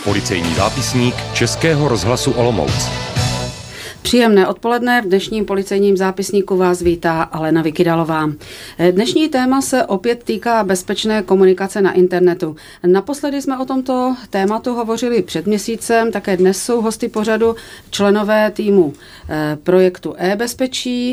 Policejní zápisník Českého rozhlasu Olomouc. Příjemné odpoledne, v dnešním policejním zápisníku vás vítá Alena Vykydalová. Dnešní téma se opět týká bezpečné komunikace na internetu. Naposledy jsme o tomto tématu hovořili před měsícem, také dnes jsou hosty pořadu členové týmu projektu e-bezpečí.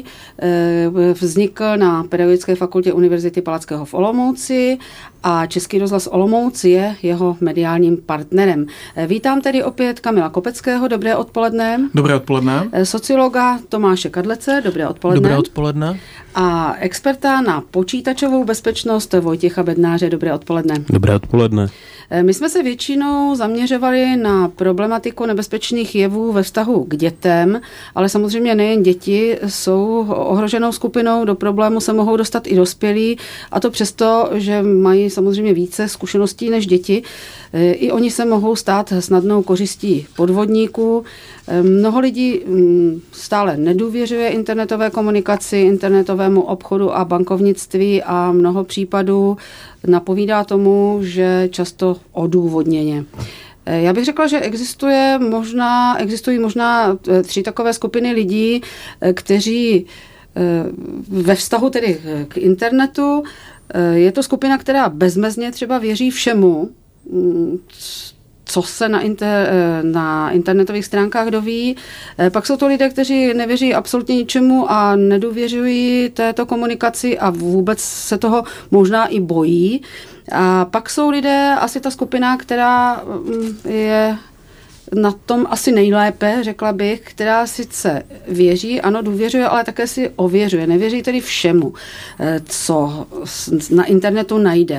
Vznikl na Pedagogické fakultě Univerzity Palackého v Olomouci a Český rozhlas Olomouc je jeho mediálním partnerem. Vítám tedy opět Kamila Kopeckého, dobré odpoledne. Dobré odpoledne. Sociologa Tomáše Kadlece, dobré odpoledne. Dobré odpoledne. A experta na počítačovou bezpečnost Vojtěcha Bednáře, dobré odpoledne. Dobré odpoledne. My jsme se většinou zaměřovali na problematiku nebezpečných jevů ve vztahu k dětem, ale samozřejmě nejen děti jsou ohroženou skupinou, do problému se mohou dostat i dospělí, a to přesto, že mají samozřejmě více zkušeností než děti. I oni se mohou stát snadnou kořistí podvodníků. Mnoho lidí stále nedůvěřuje internetové komunikaci, internetovému obchodu a bankovnictví a mnoho případů napovídá tomu, že často odůvodněně. Já bych řekla, že existují možná 3 takové skupiny lidí, kteří ve vztahu tedy k internetu, je to skupina, která bezmezně třeba věří všemu, co se na internetových stránkách doví. Pak jsou to lidé, kteří nevěří absolutně ničemu a nedůvěřují této komunikaci a vůbec se toho možná i bojí. A pak jsou lidé, asi ta skupina, která je na tom asi nejlépe, řekla bych, která sice věří, ano, důvěřuje, ale také si ověřuje. Nevěří tedy všemu, co na internetu najde.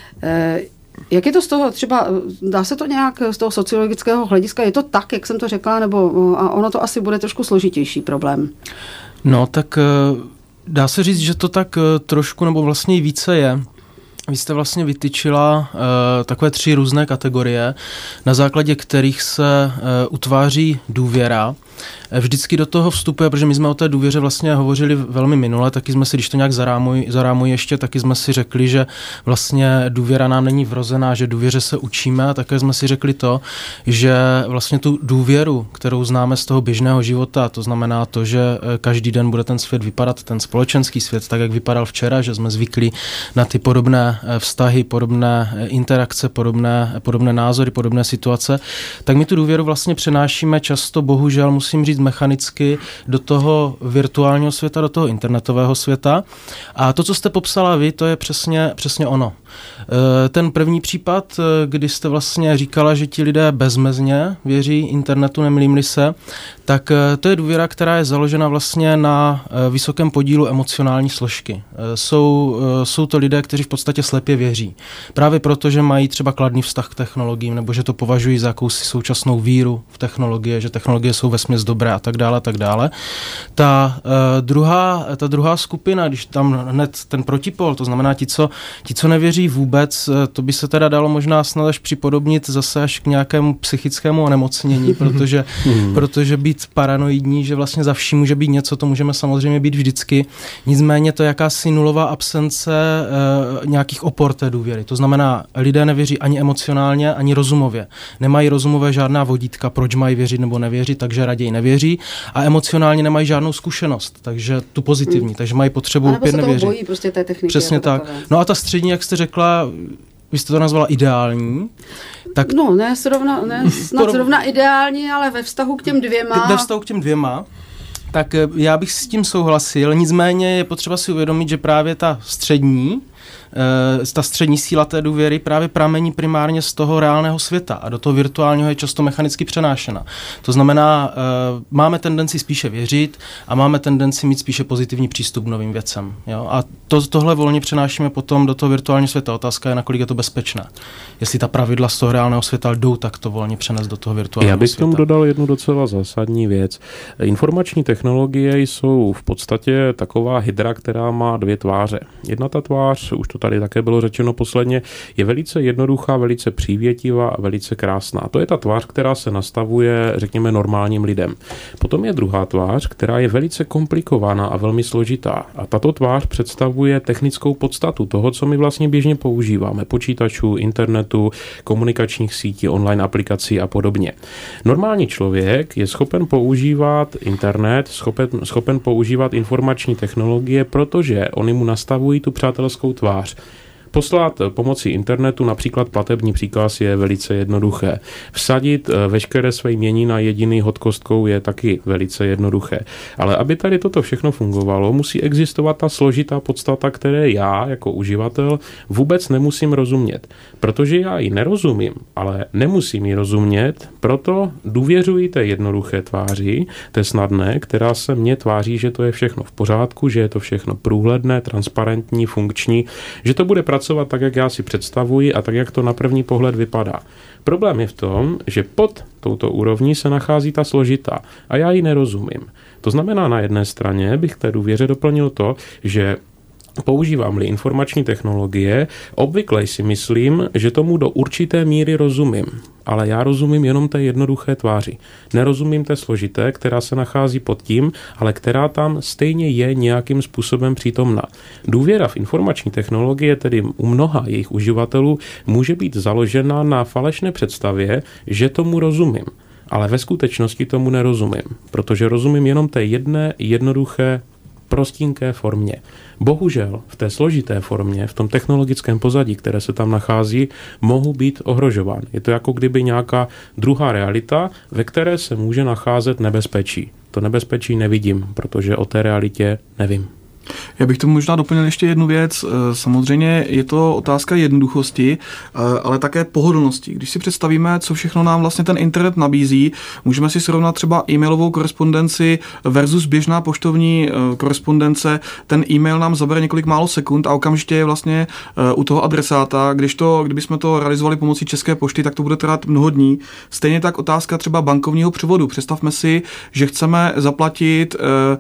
Jak je to z toho, třeba dá se to nějak z toho sociologického hlediska, je to tak, jak jsem to řekla, nebo a ono to asi bude trošku složitější problém? No, tak dá se říct, že to tak trošku, nebo vlastně i více je. Vy jste vlastně vytyčila takové 3 různé kategorie, na základě kterých se utváří důvěra. Vždycky do toho vstupuje, protože my jsme o té důvěře vlastně hovořili velmi minule, taky jsme si, když to nějak zarámují ještě, taky jsme si řekli, že vlastně důvěra nám není vrozená, že důvěře se učíme, a také jsme si řekli to, že vlastně tu důvěru, kterou známe z toho běžného života, to znamená to, že každý den bude ten svět vypadat, ten společenský svět, tak jak vypadal včera, že jsme zvyklí na ty podobné vztahy, podobné interakce, podobné názory, podobné situace, tak my tu důvěru vlastně přenášíme často, bohužel musím říct mechanicky, do toho virtuálního světa, do toho internetového světa. A to, co jste popsala vy, to je přesně ono. Ten první případ, kdy jste vlastně říkala, že ti lidé bezmezně věří internetu, nemýlím-li se, tak to je důvěra, která je založena vlastně na vysokém podílu emocionální složky. Jsou to lidé, kteří v podstatě slepě věří. Právě proto, že mají třeba kladný vztah k technologiím, nebo že to považují za jakousi současnou víru v technologie, že technologie jsou vesměs dobré a tak dále, tak dále. Ta druhá skupina, když tam hned ten protipol, to znamená ti, co nevěří vůbec, to by se teda dalo možná snad až připodobnit zase až k nějakému psychickému onemocnění, protože být paranoidní, že vlastně za vším může být něco, to můžeme samozřejmě být vždycky. Nicméně to je jakási nulová absence nějakých opor té důvěry. To znamená, lidé nevěří ani emocionálně, ani rozumově. Nemají rozumové žádná vodítka, proč mají věřit nebo nevěřit, takže raději nevěří, a emocionálně nemají žádnou zkušenost, takže tu pozitivní, takže mají potřebu opět nevěřit. Nebo se toho bojí prostě té techniky. Přesně tak. Takové. No a ta střední, jak jste řekla, vy jste to nazvala ideální. Tak no, ne snad zrovna ideální, ale ve vztahu k těm dvěma. Tak já bych s tím souhlasil, nicméně je potřeba si uvědomit, že právě ta střední síla té důvěry právě pramení primárně z toho reálného světa a do toho virtuálního je často mechanicky přenášena. To znamená, máme tendenci spíše věřit a máme tendenci mít spíše pozitivní přístup k novým věcem. Jo? A tohle volně přenášíme potom do toho virtuálního světa. Otázka je, nakolik je to bezpečné. Jestli ta pravidla z toho reálného světa jdou, tak to volně přenést do toho virtuálního světa. Já bych k tomu dodal jednu docela zásadní věc. Informační technologie jsou v podstatě taková hydra, která má 2 tváře. Jedna ta tvář, už to to tady také bylo řečeno posledně, je velice jednoduchá, velice přívětivá a velice krásná. To je ta tvář, která se nastavuje, řekněme, normálním lidem. Potom je druhá tvář, která je velice komplikovaná a velmi složitá. A tato tvář představuje technickou podstatu toho, co my vlastně běžně používáme. Počítačů, internetu, komunikačních sítí, online aplikací a podobně. Normální člověk je schopen používat internet, schopen používat informační technologie, protože oni mu nastavují tu přátelskou tvář. Poslat pomocí internetu například platební příkaz je velice jednoduché. Vsadit veškeré své jmění na jediný hod kostkou je taky velice jednoduché. Ale aby tady toto všechno fungovalo, musí existovat ta složitá podstata, které já jako uživatel vůbec nemusím rozumět. Protože já ji nerozumím, ale nemusím ji rozumět, proto důvěřuji té jednoduché tváři, té snadné, která se mně tváří, že to je všechno v pořádku, že je to všechno průhledné, transparentní, funkční, že to bude pracovat tak, jak já si představuji a tak, jak to na první pohled vypadá. Problém je v tom, že pod touto úrovní se nachází ta složitá a já ji nerozumím. To znamená, na jedné straně bych té důvěře doplnil to, že používám-li informační technologie, obvykle si myslím, že tomu do určité míry rozumím, ale já rozumím jenom té jednoduché tváři. Nerozumím té složité, která se nachází pod tím, ale která tam stejně je nějakým způsobem přítomná. Důvěra v informační technologie, tedy u mnoha jejich uživatelů, může být založena na falešné představě, že tomu rozumím. Ale ve skutečnosti tomu nerozumím, protože rozumím jenom té jedné jednoduché prostinké formě. Bohužel v té složité formě, v tom technologickém pozadí, které se tam nachází, mohu být ohrožován. Je to jako kdyby nějaká druhá realita, ve které se může nacházet nebezpečí. To nebezpečí nevidím, protože o té realitě nevím. Já bych tomu možná doplnil ještě jednu věc. Samozřejmě je to otázka jednoduchosti, ale také pohodlnosti. Když si představíme, co všechno nám vlastně ten internet nabízí, můžeme si srovnat třeba e-mailovou korespondenci versus běžná poštovní korespondence. Ten e-mail nám zabere několik málo sekund a okamžitě je vlastně u toho adresáta. Kdybychom to realizovali pomocí České pošty, tak to bude trvat mnoho dní. Stejně tak otázka třeba bankovního převodu. Představme si, že chceme zaplatit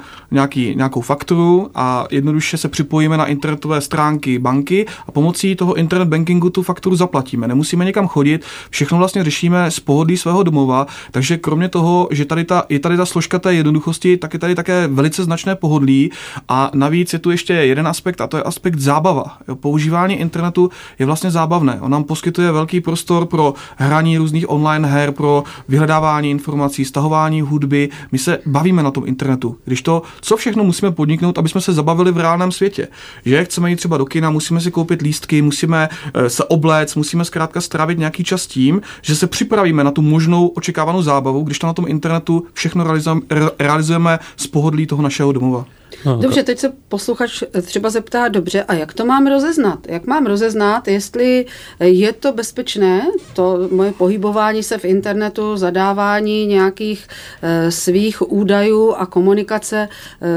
nějakou fakturu a jednoduše se připojíme na internetové stránky banky a pomocí toho internet bankingu tu fakturu zaplatíme. Nemusíme někam chodit, všechno vlastně řešíme z pohodlí svého domova, takže kromě toho, že je tady ta složka té jednoduchosti, tak je tady také velice značné pohodlí a navíc je tu ještě jeden aspekt a to je aspekt zábava. Používání internetu je vlastně zábavné. On nám poskytuje velký prostor pro hraní různých online her, pro vyhledávání informací, stahování hudby. My se bavíme na tom internetu. Když to, co všechno musíme podniknout, aby jsme se zabavili v reálném světě. Že chceme jít třeba do kina, musíme si koupit lístky, musíme se obléct, musíme zkrátka strávit nějaký čas tím, že se připravíme na tu možnou očekávanou zábavu, když to na tom internetu všechno realizujeme z pohodlí toho našeho domova. Dobře, teď se posluchač třeba zeptá, dobře, a jak to mám rozeznat? Jak mám rozeznat, jestli je to bezpečné, to moje pohybování se v internetu, zadávání nějakých svých údajů a komunikace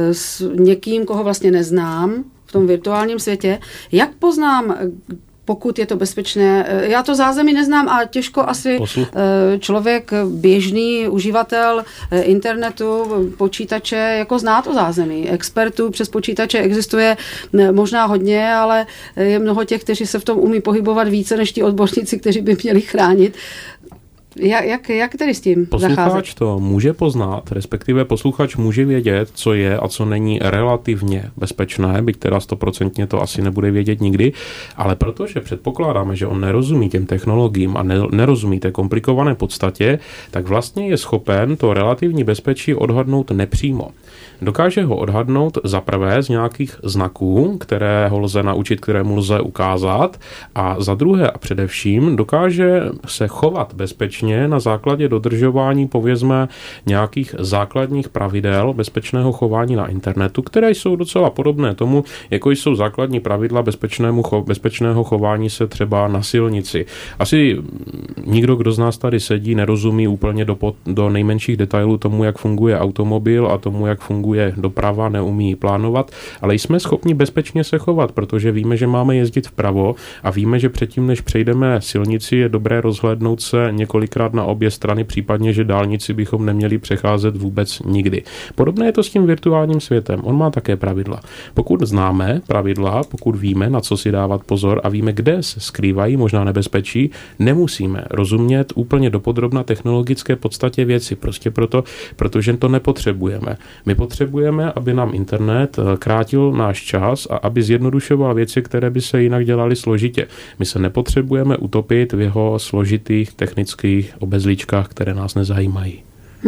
s někým, koho vlastně neznám v tom virtuálním světě. Jak poznám, pokud je to bezpečné? Já to zázemí neznám a těžko asi člověk, běžný uživatel internetu, počítače, jako zná to zázemí. Expertů přes počítače existuje možná hodně, ale je mnoho těch, kteří se v tom umí pohybovat více než ti odborníci, kteří by měli chránit. Jak tedy s tím posluchač zacházet? To může poznat, respektive posluchač může vědět, co je a co není relativně bezpečné, byť teda 100% to asi nebude vědět nikdy, ale protože předpokládáme, že on nerozumí těm technologiím a nerozumí té komplikované podstatě, tak vlastně je schopen to relativní bezpečí odhadnout nepřímo. Dokáže ho odhadnout za prvé z nějakých znaků, které ho lze naučit, které mu lze ukázat, a za druhé a především dokáže se chovat bezpečně na základě dodržování, povězme, nějakých základních pravidel bezpečného chování na internetu, které jsou docela podobné tomu, jako jsou základní pravidla bezpečného chování se třeba na silnici. Asi nikdo, kdo z nás tady sedí, nerozumí úplně do nejmenších detailů tomu, jak funguje automobil a tomu, jak funguje doprava, neumí plánovat, ale jsme schopni bezpečně se chovat, protože víme, že máme jezdit vpravo a víme, že předtím, než přejdeme silnici, je dobré rozhlédnout se několikrát dvakrát na obě strany, případně, že dálnici bychom neměli přecházet vůbec nikdy. Podobné je to s tím virtuálním světem. On má také pravidla. Pokud známe pravidla, pokud víme, na co si dávat pozor a víme, kde se skrývají možná nebezpečí, nemusíme rozumět úplně dopodrobna technologické podstatě věci. Prostě proto, protože to nepotřebujeme. My potřebujeme, aby nám internet krátil náš čas a aby zjednodušoval věci, které by se jinak dělaly složitě. My se nepotřebujeme utopit v jeho složitých technických obezličkách, které nás nezajímají.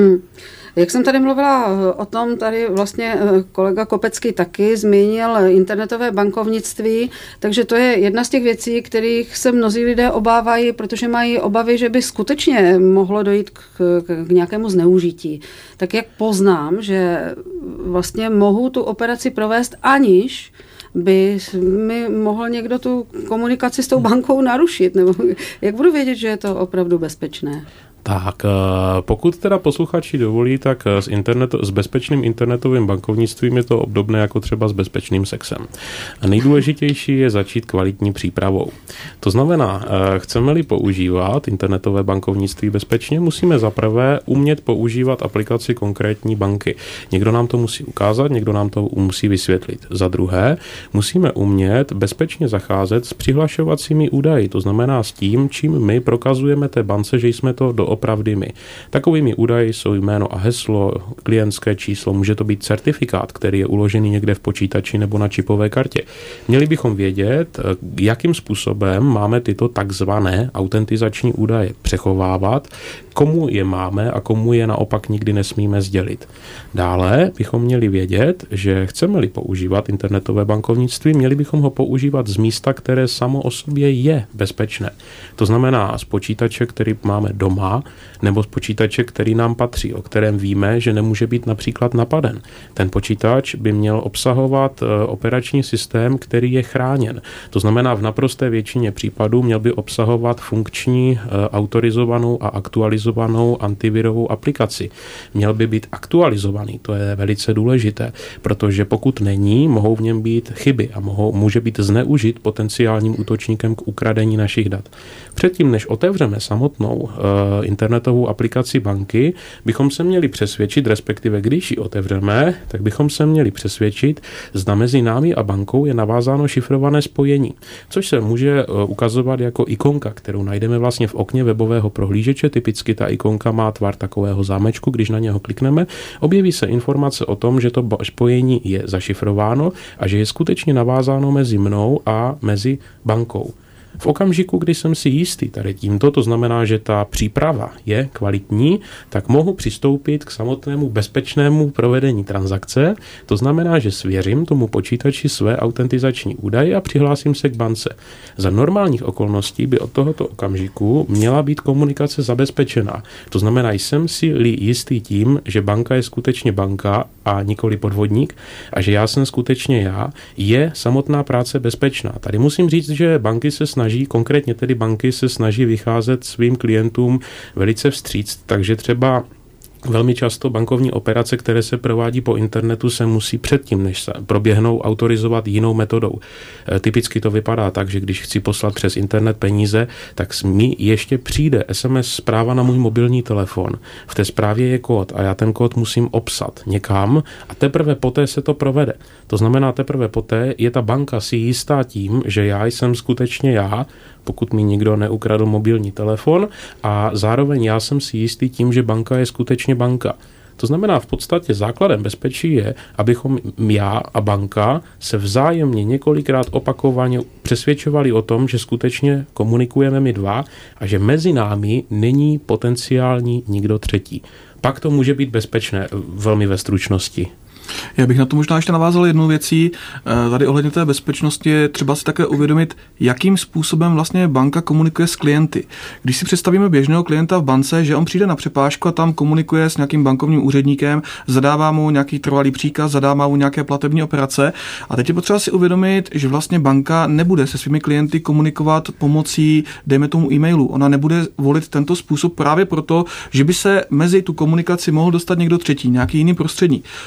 Jak jsem tady mluvila o tom, tady vlastně kolega Kopecký taky zmínil internetové bankovnictví, takže to je jedna z těch věcí, kterých se mnozí lidé obávají, protože mají obavy, že by skutečně mohlo dojít k nějakému zneužití. Tak jak poznám, že vlastně mohu tu operaci provést, aniž by mi mohl někdo tu komunikaci s tou bankou narušit? Nebo jak budu vědět, že je to opravdu bezpečné? Tak, pokud teda posluchači dovolí, tak s bezpečným internetovým bankovnictvím je to obdobné jako třeba s bezpečným sexem. A nejdůležitější je začít kvalitní přípravou. To znamená, chceme-li používat internetové bankovnictví bezpečně, musíme zaprvé umět používat aplikaci konkrétní banky. Někdo nám to musí ukázat, někdo nám to musí vysvětlit. Za druhé, musíme umět bezpečně zacházet s přihlašovacími údaji, to znamená s tím, čím my prokazujeme té bance, že jsme to doopravdy my. Takovými údaji jsou jméno a heslo, klientské číslo, může to být certifikát, který je uložený někde v počítači nebo na čipové kartě. Měli bychom vědět, jakým způsobem máme tyto takzvané autentizační údaje přechovávat, komu je máme a komu je naopak nikdy nesmíme sdělit. Dále bychom měli vědět, že chceme-li používat internetové bankovnictví, měli bychom ho používat z místa, které samo o sobě je bezpečné. To znamená z počítače, který máme doma, nebo z počítače, který nám patří, o kterém víme, že nemůže být například napaden. Ten počítač by měl obsahovat operační systém, který je chráněn. To znamená, v naprosté většině případů měl by obsahovat funkční, autorizovanou a aktualizovanou antivirovou aplikaci. Měl by být aktualizovaný, to je velice důležité, protože pokud není, mohou v něm být chyby a může být zneužit potenciálním útočníkem k ukradení našich dat. Předtím, než otevřeme samotnou internetovou aplikaci banky, bychom se měli přesvědčit, respektive když ji otevřeme, tak bychom se měli přesvědčit, zda mezi námi a bankou je navázáno šifrované spojení, což se může ukazovat jako ikonka, kterou najdeme vlastně v okně webového prohlížeče. Typicky ta ikonka má tvar takového zámečku, když na něho klikneme, objeví se informace o tom, že to spojení je zašifrováno a že je skutečně navázáno mezi mnou a mezi bankou. V okamžiku, kdy jsem si jistý tady tímto, to znamená, že ta příprava je kvalitní, tak mohu přistoupit k samotnému bezpečnému provedení transakce. To znamená, že svěřím tomu počítači své autentizační údaje a přihlásím se k bance. Za normálních okolností by od tohoto okamžiku měla být komunikace zabezpečená. To znamená, jsem si jistý tím, že banka je skutečně banka a nikoli podvodník a že já jsem skutečně já, je samotná práce bezpečná. Tady musím říct, že banky se snaží, konkrétně tedy banky se snaží vycházet svým klientům velice vstříc, takže třeba velmi často bankovní operace, které se provádí po internetu, se musí předtím, než se proběhnou, autorizovat jinou metodou. Typicky to vypadá tak, že když chci poslat přes internet peníze, tak mi ještě přijde SMS zpráva na můj mobilní telefon. V té zprávě je kód a já ten kód musím obsat někam a teprve poté se to provede. To znamená, teprve poté je ta banka si jistá tím, že já jsem skutečně já, pokud mi nikdo neukradl mobilní telefon a zároveň já jsem si jistý tím, že banka je skutečně banka. To znamená, v podstatě základem bezpečí je, abychom já a banka se vzájemně několikrát opakovaně přesvědčovali o tom, že skutečně komunikujeme my dva a že mezi námi není potenciální nikdo třetí. Pak to může být bezpečné, velmi ve stručnosti. Já bych na to možná ještě navázal jednou věcí. Tady ohledně té bezpečnosti je třeba si také uvědomit, jakým způsobem vlastně banka komunikuje s klienty. Když si představíme běžného klienta v bance, že on přijde na přepážku a tam komunikuje s nějakým bankovním úředníkem, zadává mu nějaký trvalý příkaz, zadává mu nějaké platební operace. A teď je potřeba si uvědomit, že vlastně banka nebude se svými klienty komunikovat pomocí, dejme tomu, e-mailu. Ona nebude volit tento způsob právě proto, že by se mezi tu komunikaci mohl dostat někdo třetí, nějaký jiný prostředník, což je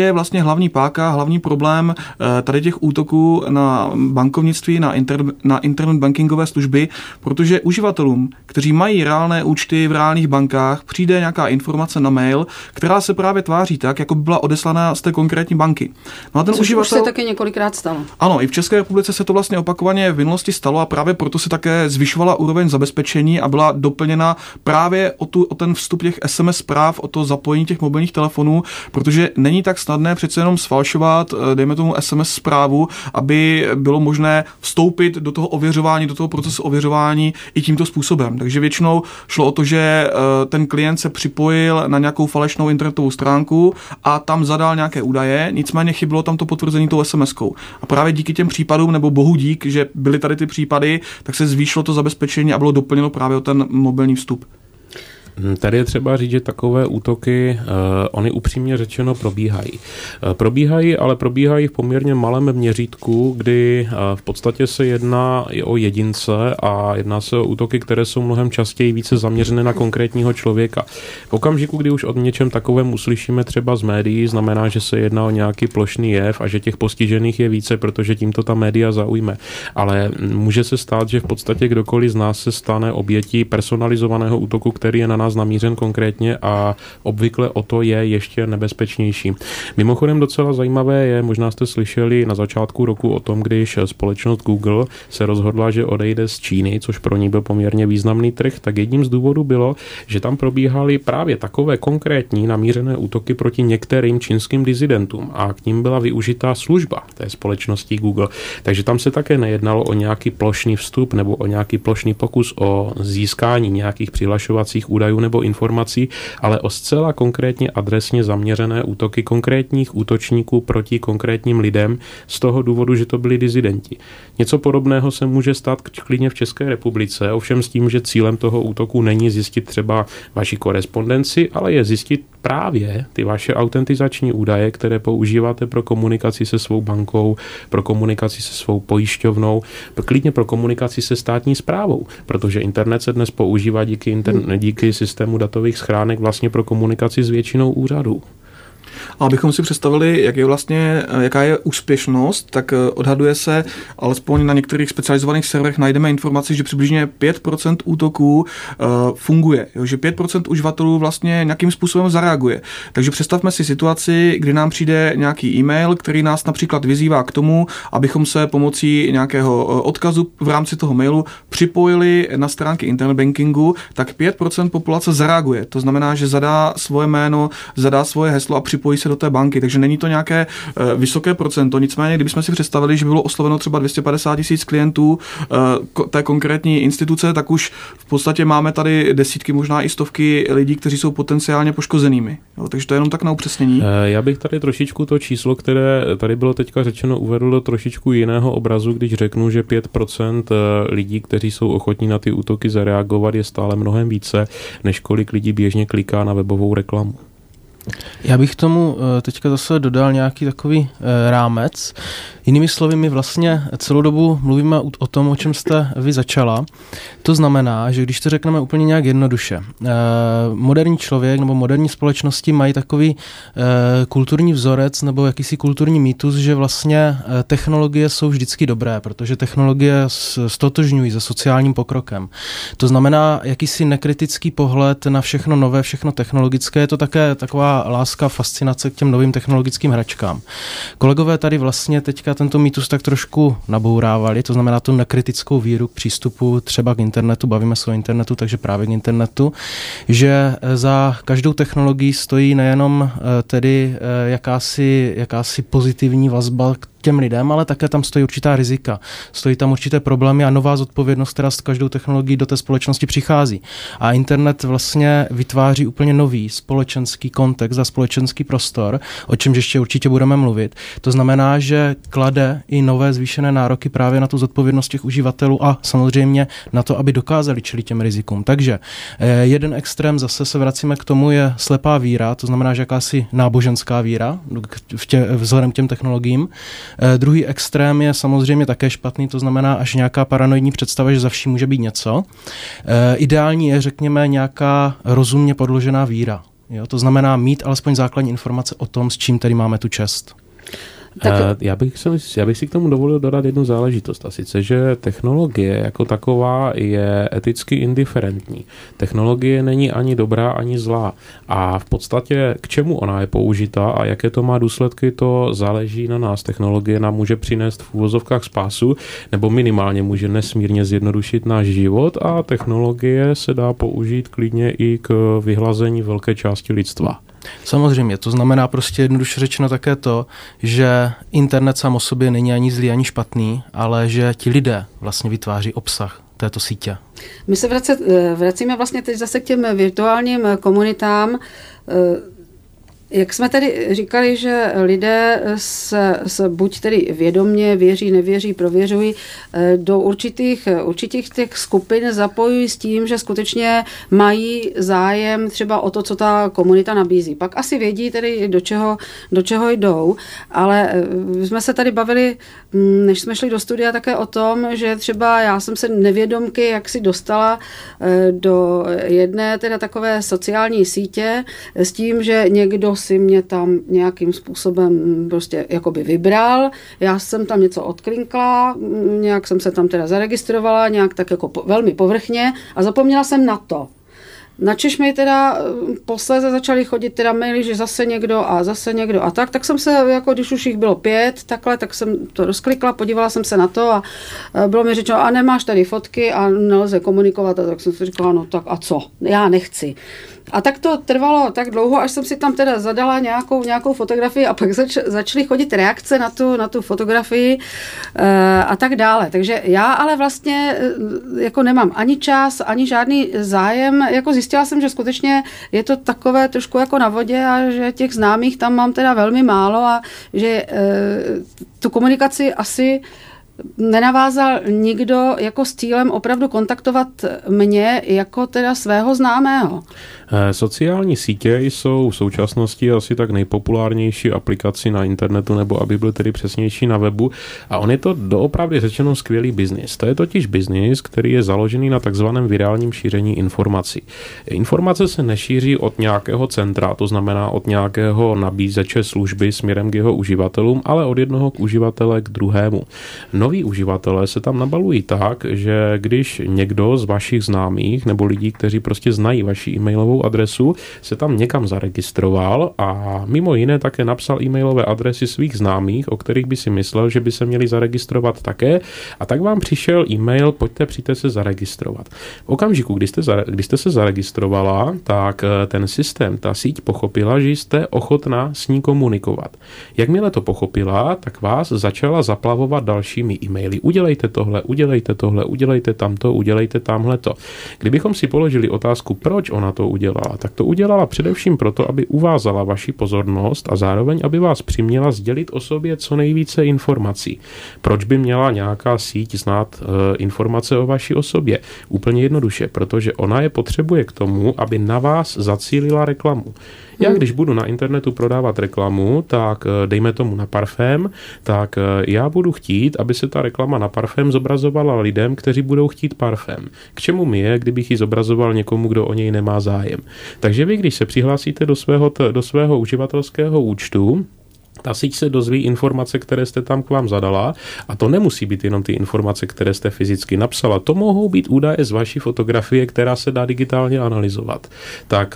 je vlastně hlavní páka, hlavní problém tady těch útoků na bankovnictví, na internet bankingové služby, protože uživatelům, kteří mají reálné účty v reálných bankách, přijde nějaká informace na mail, která se právě tváří tak, jako by byla odeslaná z té konkrétní banky. No a ten uživatel... už se taky několikrát stalo. Ano, i v České republice se to vlastně opakovaně v minulosti stalo a právě proto se také zvyšovala úroveň zabezpečení a byla doplněna právě o ten vstup těch SMS zpráv, o to zapojení těch mobilních telefonů, protože není tak snadné přece jenom sfalšovat, dejme tomu SMS zprávu, aby bylo možné vstoupit do toho ověřování, do toho procesu ověřování i tímto způsobem. Takže většinou šlo o to, že ten klient se připojil na nějakou falešnou internetovou stránku a tam zadal nějaké údaje, nicméně chybilo tam to potvrzení tou SMS-kou. A právě díky těm případům, nebo bohu dík, že byly tady ty případy, tak se zvýšilo to zabezpečení a bylo doplněno právě o ten mobilní vstup. Tady je třeba říct, že takové útoky, oni upřímně řečeno probíhají. Ale probíhají v poměrně malém měřítku, kdy v podstatě se jedná i o jedince a jedná se o útoky, které jsou mnohem častěji více zaměřené na konkrétního člověka. V okamžiku, kdy už o něčem takovém uslyšíme třeba z médií, znamená, že se jedná o nějaký plošný jev a že těch postižených je více, protože tímto ta média zaujme. Ale může se stát, že v podstatě kdokoliv z nás se stane obětí personalizovaného útoku, který je na nás namířen konkrétně a obvykle o to je ještě nebezpečnější. Mimochodem docela zajímavé je, možná jste slyšeli na začátku roku o tom, když společnost Google se rozhodla, že odejde z Číny, což pro ní byl poměrně významný trh, tak jedním z důvodů bylo, že tam probíhaly právě takové konkrétní namířené útoky proti některým čínským disidentům a k ním byla využitá služba té společnosti Google. Takže tam se také nejednalo o nějaký plošný vstup nebo o nějaký plošný pokus o získání nějakých přihlašovacích údajů nebo informací, ale o zcela konkrétně adresně zaměřené útoky konkrétních útočníků proti konkrétním lidem z toho důvodu, že to byli disidenti. Něco podobného se může stát klidně v České republice, ovšem s tím, že cílem toho útoku není zjistit třeba vaši korespondenci, ale je zjistit právě ty vaše autentizační údaje, které používáte pro komunikaci se svou bankou, pro komunikaci se svou pojišťovnou, klidně pro komunikaci se státní správou, protože internet se dnes používá díky systému datových schránek vlastně pro komunikaci s většinou úřadů. A abychom si představili, jaká je úspěšnost, tak odhaduje se, alespoň na některých specializovaných serverech najdeme informaci, že přibližně 5% útoků funguje, že 5% uživatelů vlastně nějakým způsobem zareaguje. Takže představme si situaci, kdy nám přijde nějaký e-mail, který nás například vyzývá k tomu, abychom se pomocí nějakého odkazu v rámci toho mailu připojili na stránky internet bankingu, tak 5% populace zareaguje. To znamená, že zadá svoje jméno, zadá svoje heslo a připojí se do té banky, takže není to nějaké vysoké procento. Nicméně, kdybychom si představili, že bylo osloveno třeba 250 000 klientů té konkrétní instituce, tak už v podstatě máme tady desítky, možná i stovky lidí, kteří jsou potenciálně poškozenými. Jo, takže to je jenom tak na upřesnění. Já bych tady trošičku to číslo, které tady bylo teďka řečeno, uvedl do trošičku jiného obrazu, když řeknu, že 5% lidí, kteří jsou ochotní na ty útoky zareagovat, je stále mnohem více, než kolik lidí běžně kliká na webovou reklamu. Já bych tomu teďka zase dodal nějaký takový rámec. Jinými slovy, my vlastně celou dobu mluvíme o tom, o čem jste vy začala. To znamená, že když to řekneme úplně nějak jednoduše, moderní člověk nebo moderní společnosti mají takový kulturní vzorec nebo jakýsi kulturní mýtus, že vlastně technologie jsou vždycky dobré, protože technologie stotožňují se sociálním pokrokem. To znamená jakýsi nekritický pohled na všechno nové, všechno technologické. Je to také taková láska, fascinace k těm novým technologickým hračkám. Kolegové tady vlastně teďka tento mýtus tak trošku nabourávali, to znamená tu nekritickou víru k přístupu třeba k internetu, bavíme se o internetu, takže právě k internetu, že za každou technologií stojí nejenom tedy jakási pozitivní vazba k těm lidem, ale také tam stojí určitá rizika. Stojí tam určité problémy a nová zodpovědnost, která s každou technologií do té společnosti přichází. A internet vlastně vytváří úplně nový společenský kontext a společenský prostor, o čemž ještě určitě budeme mluvit. To znamená, že klade i nové zvýšené nároky právě na tu zodpovědnost těch uživatelů a samozřejmě na to, aby dokázali čelit těm rizikům. Takže jeden extrém, zase se vracíme k tomu, je slepá víra, to znamená, že jakási náboženská víra vzhledem k těm technologiím. Druhý extrém je samozřejmě také špatný, to znamená až nějaká paranoidní představa, že za vším může být něco. Ideální je, řekněme, nějaká rozumně podložená víra. Jo? To znamená mít alespoň základní informace o tom, s čím tady máme tu čest. Já bych si k tomu dovolil dodat jednu záležitost, a sice, že technologie jako taková je eticky indiferentní. Technologie není ani dobrá, ani zlá. A v podstatě k čemu ona je použita a jaké to má důsledky, to záleží na nás. Technologie nám může přinést v uvozovkách spásu, nebo minimálně může nesmírně zjednodušit náš život, a technologie se dá použít klidně i k vyhlazení velké části lidstva. Samozřejmě, to znamená prostě jednoduše řečeno také to, že internet sám o sobě není ani zlý, ani špatný, ale že ti lidé vlastně vytváří obsah této sítě. My se vracíme vlastně teď zase k těm virtuálním komunitám. Jak jsme tady říkali, že lidé se buď tedy vědomě věří, nevěří, prověřují, do určitých těch skupin zapojují s tím, že skutečně mají zájem třeba o to, co ta komunita nabízí. Pak asi vědí tedy, do čeho jdou, ale jsme se tady bavili, než jsme šli do studia, také o tom, že třeba já jsem se nevědomky jaksi dostala do jedné teda takové sociální sítě s tím, že někdo si mě tam nějakým způsobem prostě jakoby vybral, já jsem tam něco odklinkla, nějak jsem se tam teda zaregistrovala, nějak tak jako velmi povrchně a zapomněla jsem na to. Načež mi teda posléze začaly chodit teda maily, že zase někdo a tak jsem se, jako když už jich bylo 5, takhle, tak jsem to rozklikla, podívala jsem se na to a bylo mi řečeno, a nemáš tady fotky a nelze komunikovat, a tak jsem si říkala, no tak a co, já nechci. A tak to trvalo tak dlouho, až jsem si tam teda zadala nějakou fotografii a pak začaly chodit reakce na tu fotografii a tak dále. Takže já ale vlastně jako nemám ani čas, ani žádný zájem. Jako zjistila jsem, že skutečně je to takové trošku jako na vodě a že těch známých tam mám teda velmi málo a že tu komunikaci asi nenavázal nikdo jako s cílem opravdu kontaktovat mě jako teda svého známého. Sociální sítě jsou v současnosti asi tak nejpopulárnější aplikaci na internetu, nebo aby byl tedy přesnější na webu. A on je to doopravdy řečeno skvělý biznis. To je totiž biznis, který je založený na takzvaném virálním šíření informací. Informace se nešíří od nějakého centra, to znamená od nějakého nabízeče služby směrem k jeho uživatelům, ale od jednoho uživatele k druhému. Noví uživatelé se tam nabalují tak, že když někdo z vašich známých nebo lidí, kteří prostě znají vaši e-mailovou adresu, se tam někam zaregistroval a mimo jiné také napsal e-mailové adresy svých známých, o kterých by si myslel, že by se měli zaregistrovat také, a tak vám přišel e-mail, přijďte se zaregistrovat. V okamžiku, kdy jste se zaregistrovala, tak ten systém, ta síť pochopila, že jste ochotná s ní komunikovat. Jakmile to pochopila, tak vás začala zaplavovat dalšími e-maily. Udělejte tohle, udělejte tamto, udělejte tamhleto. Kdybychom si položili otázku, proč ona to udělala, tak to udělala především proto, aby uvázala vaši pozornost a zároveň, aby vás přiměla sdělit o sobě co nejvíce informací. Proč by měla nějaká síť znát informace o vaší osobě? Úplně jednoduše, protože ona je potřebuje k tomu, aby na vás zacílila reklamu. Já když budu na internetu prodávat reklamu, tak dejme tomu na parfém, tak já budu chtít, aby se ta reklama na parfém zobrazovala lidem, kteří budou chtít parfém. K čemu mi je, kdybych ji zobrazoval někomu, kdo o něj nemá zájem. Takže vy, když se přihlásíte do svého uživatelského účtu, ta síť se dozví informace, které jste tam k vám zadala, a to nemusí být jenom ty informace, které jste fyzicky napsala. To mohou být údaje z vaší fotografie, která se dá digitálně analyzovat. Tak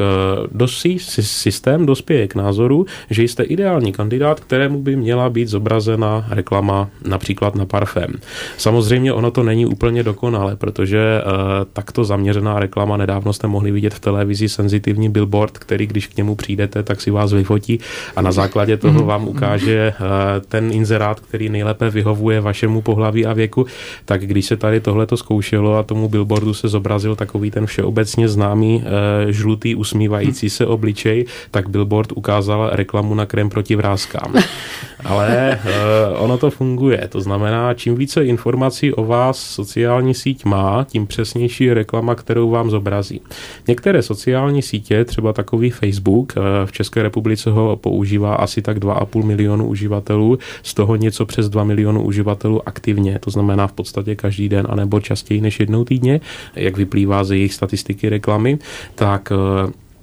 systém dospěje k názoru, že jste ideální kandidát, kterému by měla být zobrazena reklama například na parfém. Samozřejmě ono to není úplně dokonalé, protože takto zaměřená reklama, nedávno jste mohli vidět v televizi senzitivní billboard, který když k němu přijdete, tak si vás vyfotí a na základě toho vám ukáže ten inzerát, který nejlépe vyhovuje vašemu pohlaví a věku. Tak když se tady tohleto zkoušelo a tomu billboardu se zobrazil takový ten všeobecně známý žlutý usmívající se obličej, tak billboard ukázal reklamu na krém proti vráskám. Ale ono to funguje. To znamená, čím více informací o vás sociální síť má, tím přesnější je reklama, kterou vám zobrazí. Některé sociální sítě, třeba takový Facebook, v České republice ho používá asi tak 2,5 milionu uživatelů, z toho něco přes 2 milionu uživatelů aktivně, to znamená v podstatě každý den, anebo častěji než jednou týdně, jak vyplývá z jejich statistiky reklamy, tak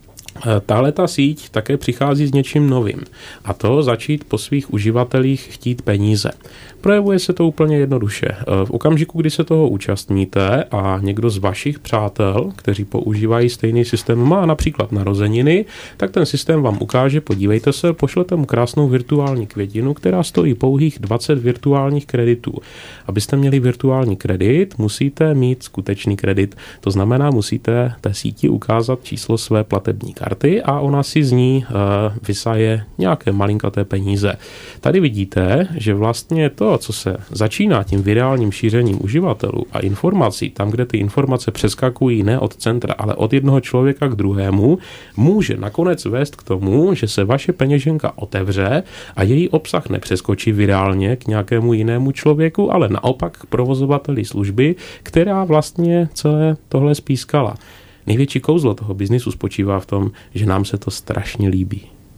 Tahle ta síť také přichází s něčím novým a to začít po svých uživatelích chtít peníze. Projevuje se to úplně jednoduše. V okamžiku, kdy se toho účastníte a někdo z vašich přátel, kteří používají stejný systém, má například narozeniny, tak ten systém vám ukáže, podívejte se, pošlete mu krásnou virtuální květinu, která stojí pouhých 20 virtuálních kreditů. Abyste měli virtuální kredit, musíte mít skutečný kredit. To znamená, musíte té síti ukázat číslo své platební karty a ona si z ní vysaje nějaké malinkaté peníze. Tady vidíte, že vlastně to, co se začíná tím virálním šířením uživatelů a informací, tam, kde ty informace přeskakují ne od centra, ale od jednoho člověka k druhému, může nakonec vést k tomu, že se vaše peněženka otevře a její obsah nepřeskočí virálně k nějakému jinému člověku, ale naopak k provozovateli služby, která vlastně celé tohle spískala. Největší kouzlo toho biznisu spočívá v tom, že nám se to strašně líbí.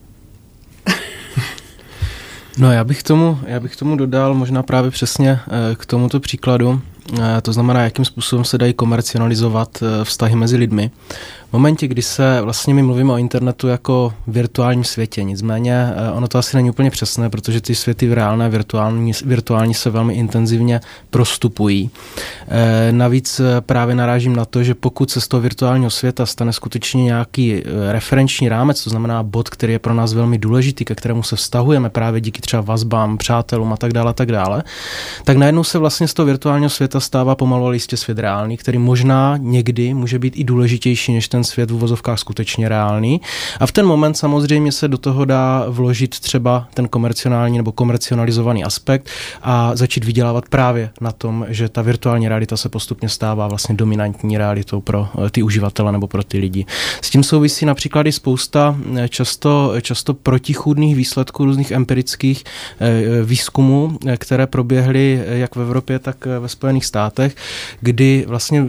No já bych tomu dodal možná právě přesně k tomuto příkladu, to znamená, jakým způsobem se dají komercionalizovat vztahy mezi lidmi. V momentě, kdy se vlastně my mluvíme o internetu jako virtuálním světě, nicméně ono to asi není úplně přesné, protože ty světy reálné a virtuální se velmi intenzivně prostupují. Navíc právě narážím na to, že pokud se z toho virtuálního světa stane skutečně nějaký referenční rámec, to znamená bod, který je pro nás velmi důležitý, ke kterému se vztahujeme právě díky třeba vazbám, přátelům a tak dále, tak najednou se vlastně z toho virtuálního světa stává pomalu ale jistě svět reálný, který možná někdy může být i důležitější než ten svět v uvozovkách skutečně reálný. A v ten moment samozřejmě se do toho dá vložit třeba ten komercionální nebo komercionalizovaný aspekt a začít vydělávat právě na tom, že ta virtuální realita se postupně stává vlastně dominantní realitou pro ty uživatele nebo pro ty lidi. S tím souvisí například i spousta často protichůdných výsledků různých empirických výzkumů, které proběhly jak v Evropě, tak ve Spojených státech, kdy vlastně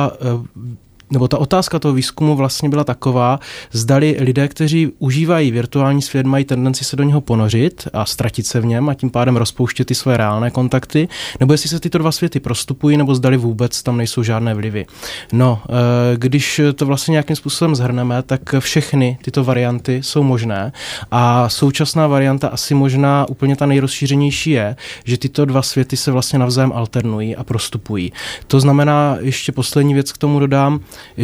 ta otázka toho výzkumu vlastně byla taková, zdali lidé, kteří užívají virtuální svět, mají tendenci se do něho ponořit a ztratit se v něm a tím pádem rozpouštět ty své reálné kontakty, nebo jestli se tyto dva světy prostupují, nebo zdali vůbec tam nejsou žádné vlivy. No, když to vlastně nějakým způsobem shrneme, tak všechny tyto varianty jsou možné a současná varianta asi možná úplně ta nejrozšířenější je, že tyto dva světy se vlastně navzájem alternují a prostupují. To znamená, ještě poslední věc k tomu dodám,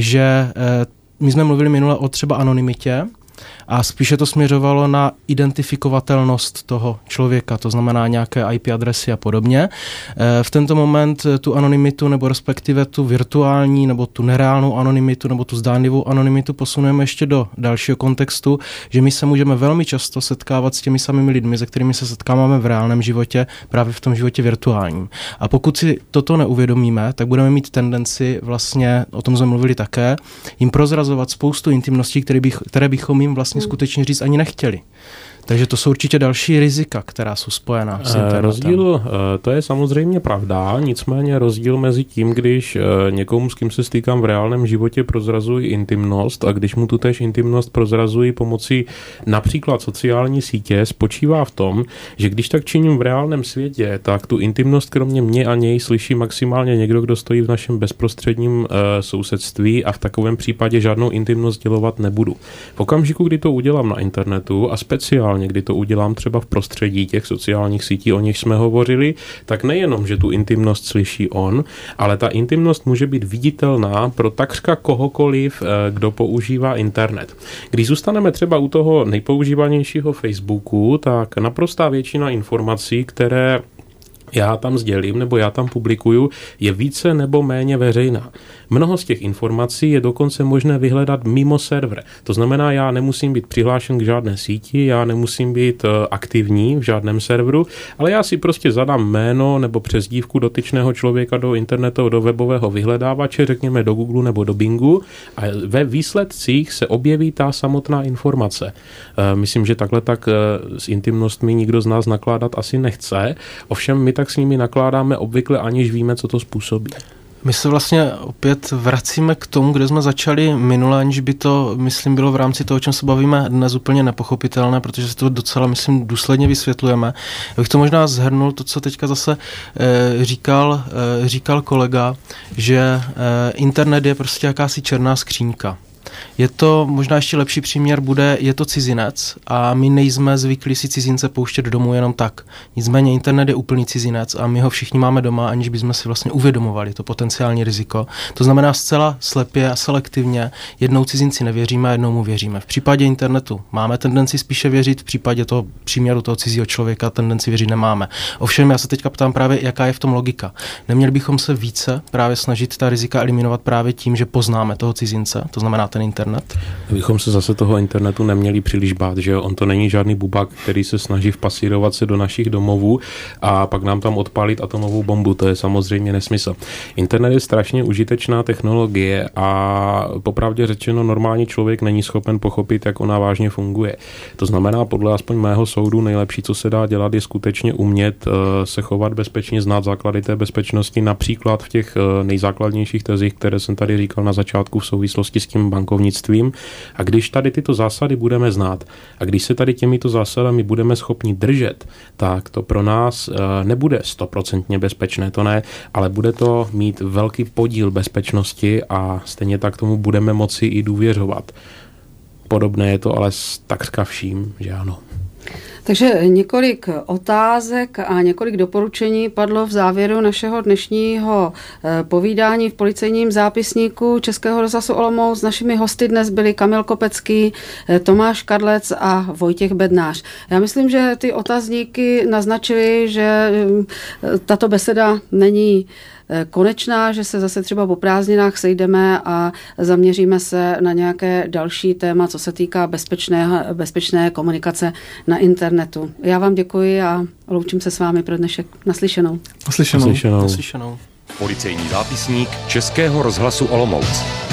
že my jsme mluvili minule o třeba anonymitě a spíše to směřovalo na identifikovatelnost toho člověka, to znamená nějaké IP adresy a podobně. V tento moment tu anonymitu nebo respektive tu virtuální nebo tu nereálnou anonymitu nebo tu zdánlivou anonymitu posunujeme ještě do dalšího kontextu, že my se můžeme velmi často setkávat s těmi samými lidmi, se kterými se setkáváme v reálném životě, právě v tom životě virtuálním. A pokud si toto neuvědomíme, tak budeme mít tendenci vlastně, o tom jsme mluvili také, jim prozrazovat spoustu intimností, které bychom jim vlastně skutečně říct ani nechtěli. Takže to jsou určitě další rizika, která jsou spojená s internetem. Rozdíl, to je samozřejmě pravda, nicméně rozdíl mezi tím, když někomu, s kým se stýkám v reálném životě, prozrazují intimnost a když mu tu též intimnost prozrazují pomocí například sociální sítě, spočívá v tom, že když tak činím v reálném světě, tak tu intimnost kromě mě a něj slyší maximálně někdo, kdo stojí v našem bezprostředním sousedství a v takovém případě žádnou intimnost dělovat nebudu. V okamžiku, kdy to udělám na internetu a speciálně kdy to udělám třeba v prostředí těch sociálních sítí, o nich jsme hovořili, tak nejenom, že tu intimnost slyší on, ale ta intimnost může být viditelná pro takřka kohokoliv, kdo používá internet. Když zůstaneme třeba u toho nejpoužívanějšího Facebooku, tak naprostá většina informací, které já tam sdělím nebo já tam publikuju, je více nebo méně veřejná. Mnoho z těch informací je dokonce možné vyhledat mimo server. To znamená, já nemusím být přihlášen k žádné síti, já nemusím být aktivní v žádném serveru, ale já si prostě zadám jméno nebo přezdívku dotyčného člověka do internetu, do webového vyhledávače, řekněme do Google nebo do Bingu a ve výsledcích se objeví ta samotná informace. Myslím, že takhle tak s intimnostmi nikdo z nás nakládat asi nechce, ovšem my tak s nimi nakládáme obvykle, aniž víme, co to způsobí. My se vlastně opět vracíme k tomu, kde jsme začali minule, aniž by to, myslím, bylo v rámci toho, o čem se bavíme dnes úplně nepochopitelné, protože se to docela, myslím, důsledně vysvětlujeme. Já bych to možná shrnul, to, co teďka zase říkal kolega, že internet je prostě jakási černá skřínka. Je to, možná ještě lepší příměr je to cizinec a my nejsme zvyklí si cizince pouštět domů jenom tak. Nicméně internet je úplný cizinec a my ho všichni máme doma, aniž bychom si vlastně uvědomovali to potenciální riziko. To znamená zcela slepě a selektivně jednou cizinci nevěříme a jednou mu věříme. V případě internetu máme tendenci spíše věřit, v případě toho příměru toho cizího člověka tendenci věřit nemáme. Ovšem já se teďka ptám právě, jaká je v tom logika. Neměli bychom se více právě snažit ta rizika eliminovat právě tím, že poznáme toho cizince, to znamená ten internet? Bychom se zase toho internetu neměli příliš bát, že jo? On to není žádný bubák, který se snaží vpasírovat se do našich domovů a pak nám tam odpálit atomovou bombu. To je samozřejmě nesmysl. Internet je strašně užitečná technologie a popravdě řečeno normální člověk není schopen pochopit, jak ona vážně funguje. To znamená, podle aspoň mého soudu nejlepší, co se dá dělat, je skutečně umět se chovat bezpečně, znát základy té bezpečnosti, například v těch nejzákladnějších tezích, které jsem tady říkal na začátku v souvislosti s tím bankovnictvím. A když tady tyto zásady budeme znát a když se tady těmito zásadami budeme schopni držet, tak to pro nás nebude 100% bezpečné, to ne, ale bude to mít velký podíl bezpečnosti a stejně tak tomu budeme moci i důvěřovat. Podobné je to ale s takřka vším, že ano. Takže několik otázek a několik doporučení padlo v závěru našeho dnešního povídání v policejním zápisníku Českého rozhlasu Olomouc. Našimi hosty dnes byli Kamil Kopecký, Tomáš Kadlec a Vojtěch Bednář. Já myslím, že ty otazníky naznačily, že tato beseda není konečná, že se zase třeba po prázdninách sejdeme a zaměříme se na nějaké další téma, co se týká bezpečné komunikace na internetu. Já vám děkuji a loučím se s vámi pro dnešek. Naslyšenou. Policejní zápisník Českého rozhlasu Olomouc.